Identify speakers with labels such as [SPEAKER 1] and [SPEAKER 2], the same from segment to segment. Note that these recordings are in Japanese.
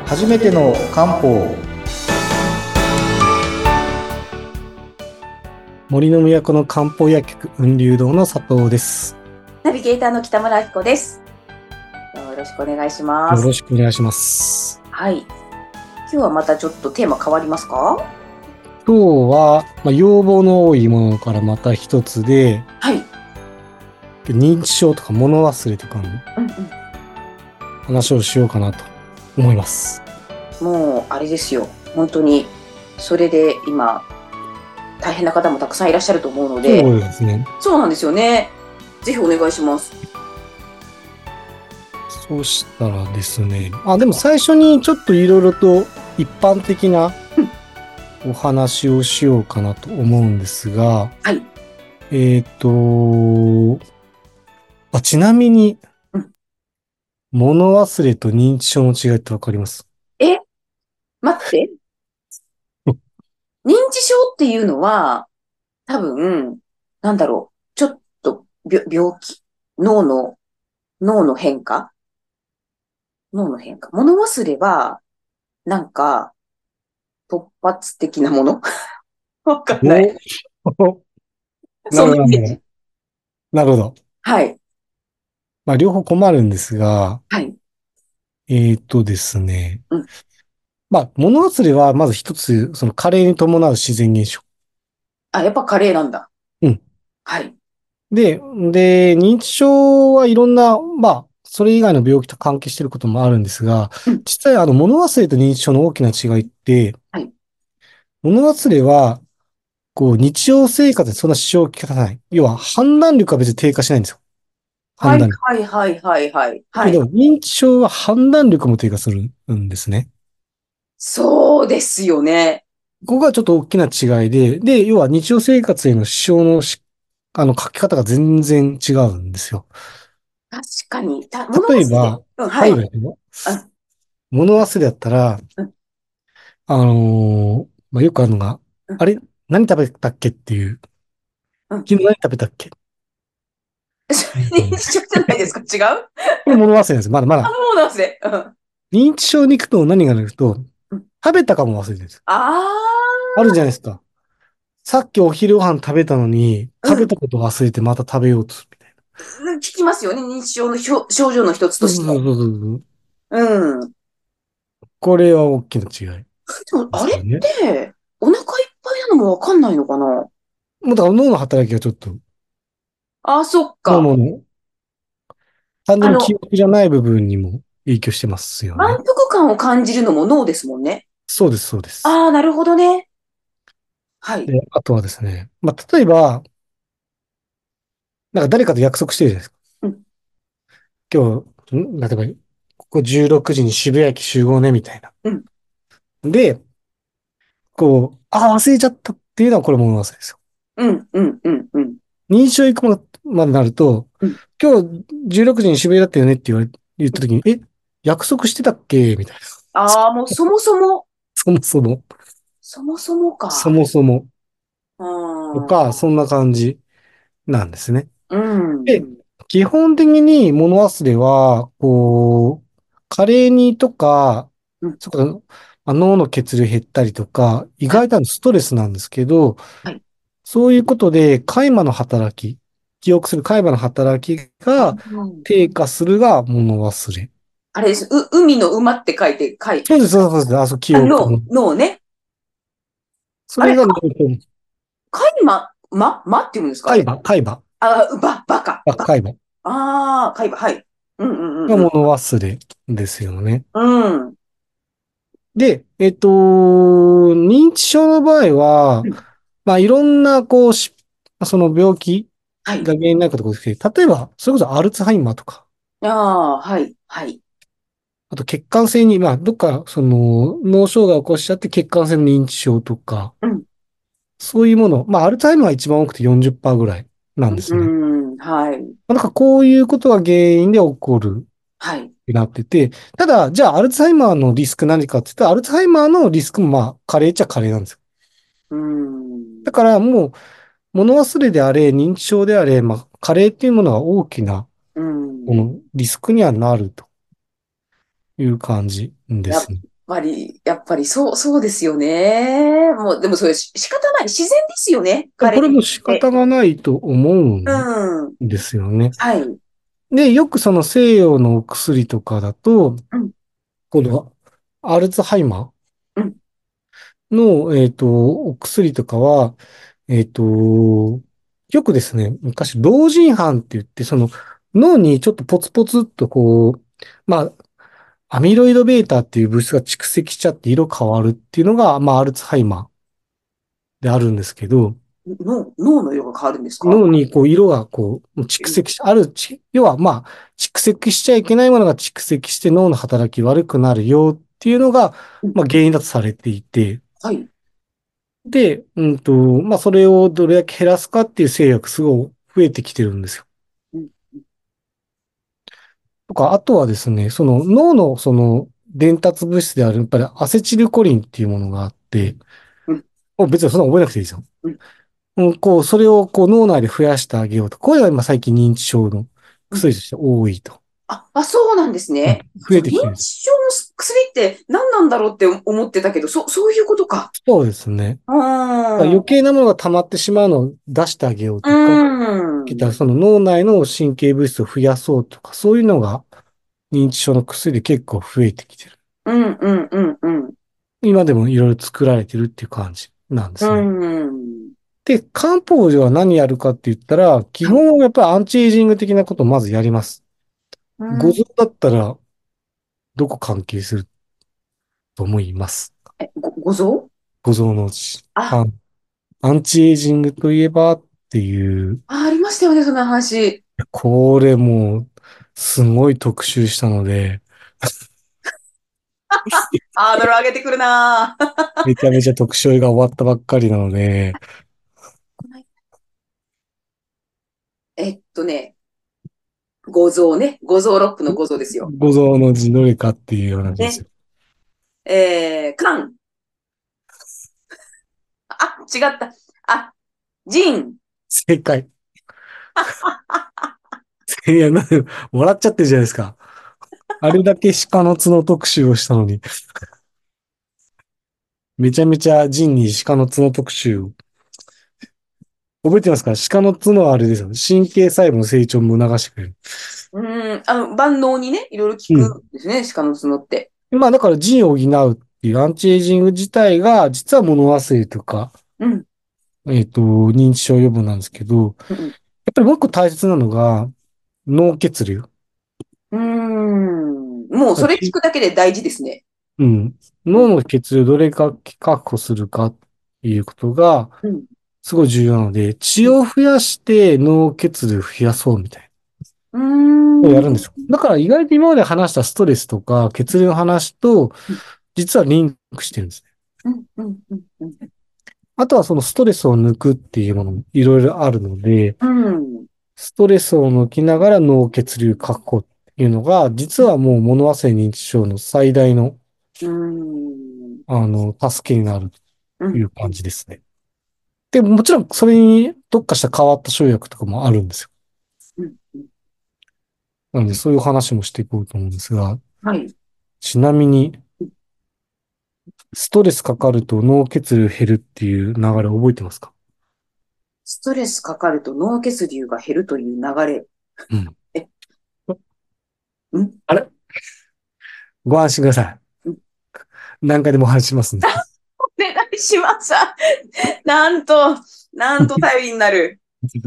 [SPEAKER 1] 初めての漢方。森の都の漢方薬局雲流堂の佐藤です。
[SPEAKER 2] ナビゲーターの北村明子です。よろしくお願いします。
[SPEAKER 1] よろしくお願いします。
[SPEAKER 2] はい。今日はまたちょっとテーマ変わりますか？
[SPEAKER 1] 今日は、要望の多いものからまた一つで、
[SPEAKER 2] はい。
[SPEAKER 1] 認知症とか物忘れとかの
[SPEAKER 2] うん
[SPEAKER 1] 話をしようかなと思います。
[SPEAKER 2] うん。もう、あれですよ。本当に、それで今、大変な方もたくさんいらっしゃると思うので、
[SPEAKER 1] そうですね。
[SPEAKER 2] そうなんですよね。ぜひお願いします。
[SPEAKER 1] そうしたらですね。でも最初にちょっといろいろと一般的な
[SPEAKER 2] うん。
[SPEAKER 1] お話をしようかなと思うんですが、
[SPEAKER 2] はい。
[SPEAKER 1] えっと、ちなみに、
[SPEAKER 2] うん。
[SPEAKER 1] 物忘れと認知症の違いってわかります？
[SPEAKER 2] え、待って。認知症っていうのは、多分、なんだろう。ちょっと病気脳の変化物忘れは、なんか、突発的なものわかんない。
[SPEAKER 1] お、な
[SPEAKER 2] そん
[SPEAKER 1] るほど、
[SPEAKER 2] なイメージ。
[SPEAKER 1] なるほど。
[SPEAKER 2] はい。
[SPEAKER 1] 両方困るんですが、
[SPEAKER 2] はい。
[SPEAKER 1] ですね。
[SPEAKER 2] うん。
[SPEAKER 1] 物忘れはまず一つ、その加齢に伴う自然現象。
[SPEAKER 2] あ、やっぱカレーなんだ。
[SPEAKER 1] うん。
[SPEAKER 2] はい。
[SPEAKER 1] 認知症はいろんな、それ以外の病気と関係していることもあるんですが、
[SPEAKER 2] うん。
[SPEAKER 1] 実際物忘れと認知症の大きな違いって、
[SPEAKER 2] はい。
[SPEAKER 1] 物忘れは、日常生活でそんな支障をきたさない。要は、判断力は別に低下しないんですよ。
[SPEAKER 2] はい、
[SPEAKER 1] 判断力。
[SPEAKER 2] はい、はい、はい、はい。はい。
[SPEAKER 1] だけど、認知症は判断力も低下するんですね。
[SPEAKER 2] そうですよね。
[SPEAKER 1] ここがちょっと大きな違いで、要は日常生活への支障の書き方が全然違うんですよ。
[SPEAKER 2] 確かに。物忘れ。
[SPEAKER 1] 例えば、
[SPEAKER 2] うん、はい。
[SPEAKER 1] 例えばですよ、
[SPEAKER 2] うん、
[SPEAKER 1] 物忘れだったら、
[SPEAKER 2] うん、
[SPEAKER 1] よくあるのが、
[SPEAKER 2] うん、
[SPEAKER 1] あれ何食べたっけっていう、
[SPEAKER 2] うん。
[SPEAKER 1] 昨日何食べたっけ？
[SPEAKER 2] それ認知症じゃないですか？違う？
[SPEAKER 1] これ物忘れなんです。まだまだ。
[SPEAKER 2] 物忘れ。うん。
[SPEAKER 1] 認知症に行くと何が出ると、
[SPEAKER 2] うん。
[SPEAKER 1] 食べたかも忘れてるんです。
[SPEAKER 2] あ
[SPEAKER 1] あるじゃないですか。さっきお昼ご飯食べたのに、
[SPEAKER 2] ー、うん。
[SPEAKER 1] 食べたこと忘れてまた食べようとするみたいな。
[SPEAKER 2] 聞きますよね。認知症の症状の一つとして。
[SPEAKER 1] そうそうそうそうそう。
[SPEAKER 2] うん。
[SPEAKER 1] これは大きな違い
[SPEAKER 2] でも、あれっ
[SPEAKER 1] ですよね。
[SPEAKER 2] て、お腹いっぱいなのもわかんないのかな？
[SPEAKER 1] もうだから脳の働きがちょっと、
[SPEAKER 2] あ、そっか。
[SPEAKER 1] 脳の単純に記
[SPEAKER 2] あの、
[SPEAKER 1] 憶じゃない部分にも影響してますよ
[SPEAKER 2] 満
[SPEAKER 1] ね。
[SPEAKER 2] 腹感を感じるのも脳ですもんね。
[SPEAKER 1] そうです、そうです。
[SPEAKER 2] ああ、なるほどね。はい。
[SPEAKER 1] で、あとはですね、例えば、なんか誰かと約束してるじゃないですか。
[SPEAKER 2] うん、
[SPEAKER 1] 今日、例えば、ここ16時に渋谷駅集合ね、みたいな。
[SPEAKER 2] うん、
[SPEAKER 1] で、忘れちゃったっていうのはこれ物忘れですよ。
[SPEAKER 2] うん、うん、うん、うん。
[SPEAKER 1] 認証行くまでなると、
[SPEAKER 2] うん。
[SPEAKER 1] 今日16時に渋谷だったよねって言った時に、約束してたっけみたいな。
[SPEAKER 2] ああ、もうそもそも、
[SPEAKER 1] そもそも、
[SPEAKER 2] そもそも
[SPEAKER 1] そ
[SPEAKER 2] か。
[SPEAKER 1] もそも、
[SPEAKER 2] うーん、
[SPEAKER 1] とか、そんな感じなんですね。
[SPEAKER 2] うん、
[SPEAKER 1] で、基本的に物忘れは、加齢にとか、
[SPEAKER 2] うん。
[SPEAKER 1] そこか、脳の血流減ったりとか、意
[SPEAKER 2] はい、
[SPEAKER 1] 外とストレスなんですけど、
[SPEAKER 2] はい。
[SPEAKER 1] そういうことで、記憶する海馬の働き
[SPEAKER 2] あ、
[SPEAKER 1] が
[SPEAKER 2] うん。
[SPEAKER 1] 低下するが物忘れ。
[SPEAKER 2] あれです。海の馬って書いて、
[SPEAKER 1] そうです、そうです。記憶の。
[SPEAKER 2] 脳ね。あれ、
[SPEAKER 1] それが、
[SPEAKER 2] 海馬、って言うんですかあれ？
[SPEAKER 1] 海馬、
[SPEAKER 2] あ、バカ。
[SPEAKER 1] 海馬
[SPEAKER 2] ああ、海馬、はい。うんうんうんうん。
[SPEAKER 1] が物忘れですよね。
[SPEAKER 2] うん。
[SPEAKER 1] で、認知症の場合は、
[SPEAKER 2] うん。
[SPEAKER 1] いろんな、その病気
[SPEAKER 2] はい。
[SPEAKER 1] が原因になるかところですけど、例えば、それこそアルツハイマーとか、
[SPEAKER 2] ああ、はい、はい。
[SPEAKER 1] あと血管性に、どっか、脳障害を起こしちゃって血管性の認知症とか、
[SPEAKER 2] うん。
[SPEAKER 1] そういうもの、アルツハイマーが一番多くて40%ぐらいなんですね。
[SPEAKER 2] うん、はい、
[SPEAKER 1] なんかこういうことが原因で起こる
[SPEAKER 2] はい。
[SPEAKER 1] ってなってて、ただ、じゃあ、アルツハイマーのリスク何かって言ったら、アルツハイマーのリスクも加齢っちゃ加齢なんですよ。
[SPEAKER 2] うん、
[SPEAKER 1] だからもう、物忘れであれ、認知症であれ、加齢っていうものは大きな、
[SPEAKER 2] うん。
[SPEAKER 1] このリスクにはなるという感じで
[SPEAKER 2] や、
[SPEAKER 1] すね。
[SPEAKER 2] やっぱりそうですよね。もう、でもそれ仕方ない。自然ですよね。彼に
[SPEAKER 1] これも仕
[SPEAKER 2] とって。
[SPEAKER 1] 方がないと思うん
[SPEAKER 2] うん。
[SPEAKER 1] ですよね。
[SPEAKER 2] はい。
[SPEAKER 1] で、よくその西洋のお薬とかだと、
[SPEAKER 2] うん。
[SPEAKER 1] このアルツハイマ
[SPEAKER 2] うん。
[SPEAKER 1] ーの、お薬とかは、えっと、よくですね、昔、老人斑って言って、その脳にちょっとポツポツっとまあ、アミロイドベータっていう物質が蓄積しちゃって色変わるっていうのが、まあ、アルツハイマーであるんですけど、
[SPEAKER 2] 脳の色が変わるんですか？
[SPEAKER 1] 脳に色が蓄積し、要はまあ、蓄積しちゃいけないものが蓄積して脳の働き悪くなるよっていうのが、
[SPEAKER 2] うん。
[SPEAKER 1] まあ原因だとされていて、
[SPEAKER 2] はい。
[SPEAKER 1] で、まあそれをどれだけ減らすかっていう制約すごい増えてきてるんですよ。
[SPEAKER 2] うん。
[SPEAKER 1] とか、あとはですね、その脳のその伝達物質である、やっぱりアセチルコリンっていうものがあって、
[SPEAKER 2] うん。
[SPEAKER 1] もう別にそんなの覚えなくていいですよ。
[SPEAKER 2] うん。
[SPEAKER 1] それを脳内で増やしてあげようと。こういうのが今最近認知症の
[SPEAKER 2] うん。
[SPEAKER 1] 薬として多いと。
[SPEAKER 2] そうなんです
[SPEAKER 1] うん、
[SPEAKER 2] ね。
[SPEAKER 1] 増
[SPEAKER 2] そう、認
[SPEAKER 1] えてきてるんです。
[SPEAKER 2] 知症の薬って何なんだろうって思ってたけど、そういうことか。
[SPEAKER 1] そうですね。
[SPEAKER 2] うーん。
[SPEAKER 1] 余計なものが溜まってしまうのを出してあげよう
[SPEAKER 2] う
[SPEAKER 1] とか、
[SPEAKER 2] ーん。
[SPEAKER 1] その脳内の神経物質を増やそうとか、そういうのが認知症の薬で結構増えてきてる。
[SPEAKER 2] うん、うん、うん、うん。
[SPEAKER 1] 今でもいろいろ作られてるっていう感じなんで
[SPEAKER 2] う
[SPEAKER 1] すね。
[SPEAKER 2] ん。
[SPEAKER 1] で、漢方では何やるかって言ったら、基
[SPEAKER 2] はい。
[SPEAKER 1] 本やっぱりアンチエイジング的なことをまずやります。
[SPEAKER 2] うん。
[SPEAKER 1] 五臓だったらどこ関係すると思います？
[SPEAKER 2] ごぞ
[SPEAKER 1] 五臓のうち。
[SPEAKER 2] あ、
[SPEAKER 1] アンチエイジングといえばっていう、
[SPEAKER 2] ありましたよね、その話。
[SPEAKER 1] これもう、すごい特集したので、
[SPEAKER 2] ハードル上げてくるなぁ。
[SPEAKER 1] めちゃめちゃ特集が終わったばっかりなので、
[SPEAKER 2] この間えっとね、ごぞね。ごぞロックのごぞですよ。
[SPEAKER 1] 五臓のうちどれかっていう話です
[SPEAKER 2] ね。
[SPEAKER 1] よ。
[SPEAKER 2] 缶。違った。あ、ジン。
[SPEAKER 1] 正解。いや、笑っちゃってるじゃないですか。あれだけ鹿の角特集をしたのに、めちゃめちゃジンに鹿の角特集を。覚えてますか？鹿の角はあれですよ。神経細胞の成長も促してくれる。
[SPEAKER 2] 万能にね、いろいろ効
[SPEAKER 1] うん。
[SPEAKER 2] くんですね、鹿の角って。
[SPEAKER 1] まあだからジンを補うっていうアンチエイジング自体が、実は物忘れとか、
[SPEAKER 2] うん。
[SPEAKER 1] 認知症予防なんですけど、
[SPEAKER 2] うん。
[SPEAKER 1] やっぱりもう一個大切なのが、脳血流。
[SPEAKER 2] もうそれ聞
[SPEAKER 1] き
[SPEAKER 2] くだけで大事ですね。
[SPEAKER 1] うん。
[SPEAKER 2] うん。
[SPEAKER 1] 脳の血流どれか確保するかっていうことが、
[SPEAKER 2] うん。
[SPEAKER 1] すごい重要なので、血
[SPEAKER 2] うん。
[SPEAKER 1] を増やして脳血流増やそうみたい
[SPEAKER 2] うー
[SPEAKER 1] なのをやるんです
[SPEAKER 2] ん。
[SPEAKER 1] よ。だから意外と今まで話したストレスとか血流の話と、実はリンクしてるんですね。
[SPEAKER 2] うん。うん。うん。うん。
[SPEAKER 1] あとはそのストレスを抜くっていうものもいろいろあるので、
[SPEAKER 2] うん。
[SPEAKER 1] ストレスを抜きながら脳血流確保っていうのが、実はもう物忘れ認知症の最大の、
[SPEAKER 2] うん。
[SPEAKER 1] 助けになる
[SPEAKER 2] うん。
[SPEAKER 1] という感じですね。で、もちろんそれに特化した変わった生薬とかもあるんですよ。
[SPEAKER 2] うん。うん。
[SPEAKER 1] なので、そういう話もしていこうと思うんですが、
[SPEAKER 2] はい。
[SPEAKER 1] ちなみに、ストレスかかると脳血流減るっていう流れ覚えてますか？
[SPEAKER 2] ストレスかかると脳血流が減るという流れ。
[SPEAKER 1] うん。
[SPEAKER 2] え、ん
[SPEAKER 1] あれ、ご安心くださ
[SPEAKER 2] ん
[SPEAKER 1] い。何回でもお話ししますんで。
[SPEAKER 2] お願いします。なんと、なんと頼りになる。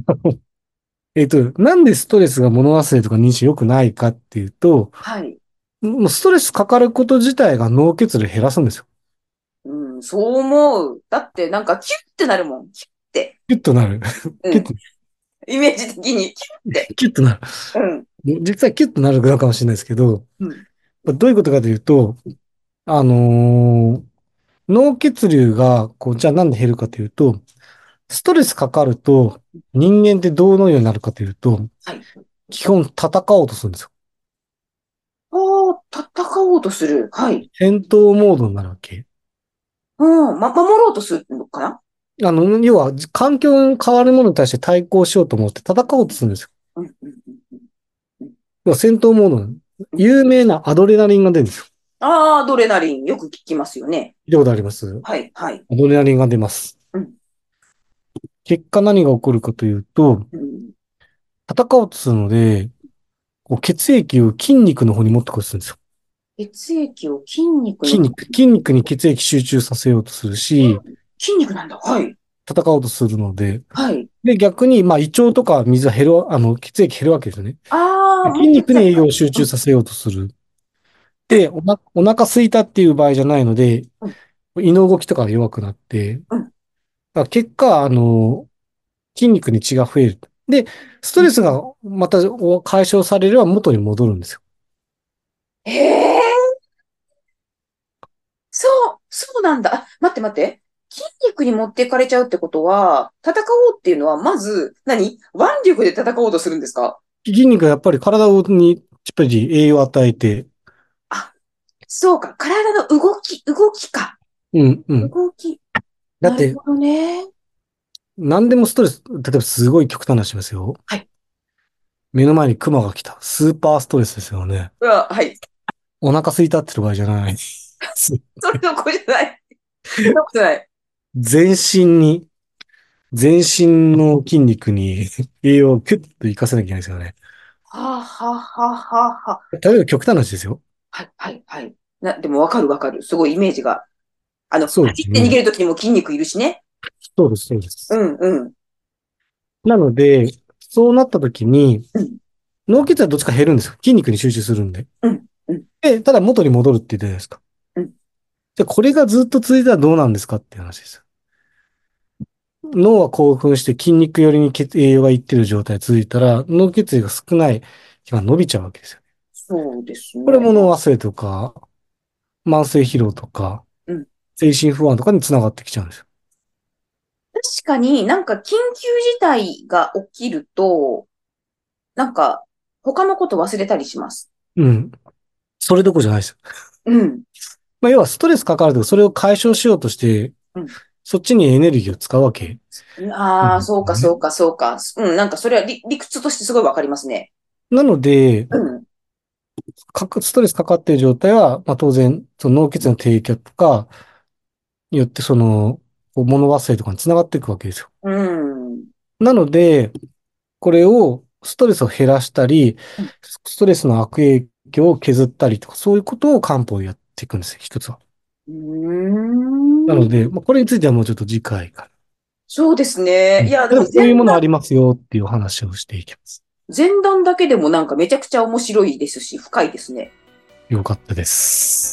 [SPEAKER 1] なんでストレスが物忘れとか認知良くないかっていうと、
[SPEAKER 2] はい。
[SPEAKER 1] もうストレスかかること自体が脳血流減らすんですよ。
[SPEAKER 2] うん、そう思う。だってなんかキュッてなるもん。キュッて。
[SPEAKER 1] キュッとなる。
[SPEAKER 2] うん。
[SPEAKER 1] キュッと、
[SPEAKER 2] イメージ的にキュッて。
[SPEAKER 1] キュッとなる。
[SPEAKER 2] うん。
[SPEAKER 1] 実はキュッとなるのかもしれないですけど、
[SPEAKER 2] うん。
[SPEAKER 1] どういうことかというと、あのー脳血流が、じゃあなんで減るかというと、ストレスかかると、人間ってどのようになるかというと、
[SPEAKER 2] はい。
[SPEAKER 1] 基本戦おうとするんですよ。
[SPEAKER 2] 戦おうとする。はい。
[SPEAKER 1] 戦闘モードになるわけ。
[SPEAKER 2] うん。守ろうとするのかな？
[SPEAKER 1] 要は、環境に変わるものに対して対抗しようと思って戦おうとするんですよ。
[SPEAKER 2] うん。うん。うん。うん。
[SPEAKER 1] 要は戦闘モード。
[SPEAKER 2] うん。
[SPEAKER 1] 有名なアドレナリンが出るんですよ。
[SPEAKER 2] ああ、アドレナリン、よく聞きますよね。
[SPEAKER 1] 聞いたことあります？
[SPEAKER 2] はい、はい。
[SPEAKER 1] アドレナリンが出ます。
[SPEAKER 2] うん、
[SPEAKER 1] 結果何が起こるかというと、
[SPEAKER 2] うん。
[SPEAKER 1] 戦おうとするので、こう血液を筋肉の方に持ってこようとするんですよ。
[SPEAKER 2] 血液を筋肉の方に。
[SPEAKER 1] 筋肉に血液集中させようとするし、
[SPEAKER 2] 筋肉なんだ。はい、
[SPEAKER 1] 戦おうとするので、
[SPEAKER 2] はい。
[SPEAKER 1] で、逆に、まあ、胃腸とか水は減る、血液減るわけですよね。
[SPEAKER 2] ああ、もう
[SPEAKER 1] 筋肉に栄養を
[SPEAKER 2] 血液が。
[SPEAKER 1] 集
[SPEAKER 2] うん、
[SPEAKER 1] 中させようとする。で、お腹空いたっていう場合じゃないので、
[SPEAKER 2] うん、
[SPEAKER 1] 胃の動きとかが弱くなって、だか
[SPEAKER 2] うん。
[SPEAKER 1] ら結果、筋肉に血が増える。で、ストレスがまた解消されれば元に戻るんですよ。
[SPEAKER 2] へえ、そう、そうなんだ。あ、待って待って。筋肉に持っていかれちゃうってことは、戦おうっていうのは、まず、腕力で戦おうとするんですか？
[SPEAKER 1] 筋肉がやっぱり体にやっぱり栄養を与えて、
[SPEAKER 2] あ、そうか。体の動きか。
[SPEAKER 1] うんうん。
[SPEAKER 2] 動き。
[SPEAKER 1] だって、
[SPEAKER 2] なるほどね。
[SPEAKER 1] 何でもストレス、例えばすごい極端な話しますよ。
[SPEAKER 2] はい。
[SPEAKER 1] 目の前にクマが来た。スーパーストレスですよね。
[SPEAKER 2] うわ、はい。
[SPEAKER 1] お腹空いたってる場合じゃない。
[SPEAKER 2] それどころじゃない。そんなことない。
[SPEAKER 1] 全身に、全身の筋肉に栄養をキュッと活かせなきゃいけないですよね。
[SPEAKER 2] はあ、はあ、はあ、はあ、はあ。
[SPEAKER 1] 例えば極端な話ですよ。
[SPEAKER 2] はい、はい、はい。でもわかるわかる。すごいイメージが。
[SPEAKER 1] そうで
[SPEAKER 2] 走って逃げ
[SPEAKER 1] すね。
[SPEAKER 2] るときにも筋肉いるしね。
[SPEAKER 1] そうです、そうです。
[SPEAKER 2] うん、うん、
[SPEAKER 1] なので、そうなった時に、
[SPEAKER 2] うん、
[SPEAKER 1] 脳血はどっちか減るんですよ。筋肉に集中するんで。
[SPEAKER 2] うん、うん、
[SPEAKER 1] で、ただ元に戻るって言ってたじゃないですか。
[SPEAKER 2] うん。
[SPEAKER 1] じゃあこれがずっと続いたらどうなんですかっていう話ですよ。脳は興奮して筋肉寄りに栄養がいってる状態続いたら、脳血液が少ない日が伸びちゃうわけですよ。
[SPEAKER 2] そうです
[SPEAKER 1] これ
[SPEAKER 2] ね。
[SPEAKER 1] 物忘れとか、慢性疲労とか、
[SPEAKER 2] うん。
[SPEAKER 1] 精神不安とかにつながってきちゃうんですよ。
[SPEAKER 2] 確かに緊急事態が起きると、なんか他のこと忘れたりします。
[SPEAKER 1] うん。それどころじゃないですよ。
[SPEAKER 2] うん、
[SPEAKER 1] まあ、要はストレスかかるとか、それを解消しようとして、
[SPEAKER 2] うん。
[SPEAKER 1] そっちにエネルギーを使うわけなん
[SPEAKER 2] ああ、
[SPEAKER 1] です
[SPEAKER 2] そうか、そ
[SPEAKER 1] よね。
[SPEAKER 2] うか、そうか。うん、それは理屈としてすごいわかりますね。
[SPEAKER 1] なので、
[SPEAKER 2] うん、
[SPEAKER 1] ストレスかかっている状態は、まあ、当然、その脳血の低下とかによって、物忘れとかにつながっていくわけですよ。
[SPEAKER 2] うん。
[SPEAKER 1] なので、これを、ストレスを減らしたり、ストレスの悪影響を削ったりとか、そういうことを漢方でやっていくんですよ、一つは。
[SPEAKER 2] うーん。
[SPEAKER 1] なので、まあ、これについてはもうちょっと次回から。
[SPEAKER 2] そうですね。いや、で
[SPEAKER 1] 例え
[SPEAKER 2] も
[SPEAKER 1] ばこういうものありますよっていうお話をしていきます。
[SPEAKER 2] 前段だけでもめちゃくちゃ面白いですし、深いですね。
[SPEAKER 1] よかったです。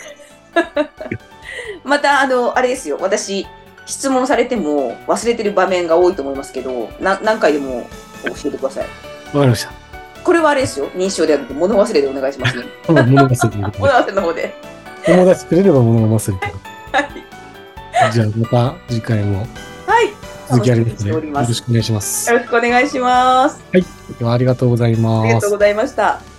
[SPEAKER 2] また、あれですよ。私、質問されても忘れてる場面が多いと思いますけど、何回でも教えてください。
[SPEAKER 1] わかりました。
[SPEAKER 2] これはあれですよ。認証ではなくて物忘れでお願いしますね。
[SPEAKER 1] 物忘れということで。
[SPEAKER 2] 物忘れの方で。
[SPEAKER 1] 思い出してくれれば物が忘れてる。
[SPEAKER 2] はい。
[SPEAKER 1] じゃあまた次回も
[SPEAKER 2] はい。
[SPEAKER 1] 続
[SPEAKER 2] 楽しみにして
[SPEAKER 1] きありますね。よ
[SPEAKER 2] おります。
[SPEAKER 1] ろしくお願いします。
[SPEAKER 2] よろしくお願いします。
[SPEAKER 1] はい。ではありがとうござい
[SPEAKER 2] ありがとうご
[SPEAKER 1] ます。
[SPEAKER 2] ざいました。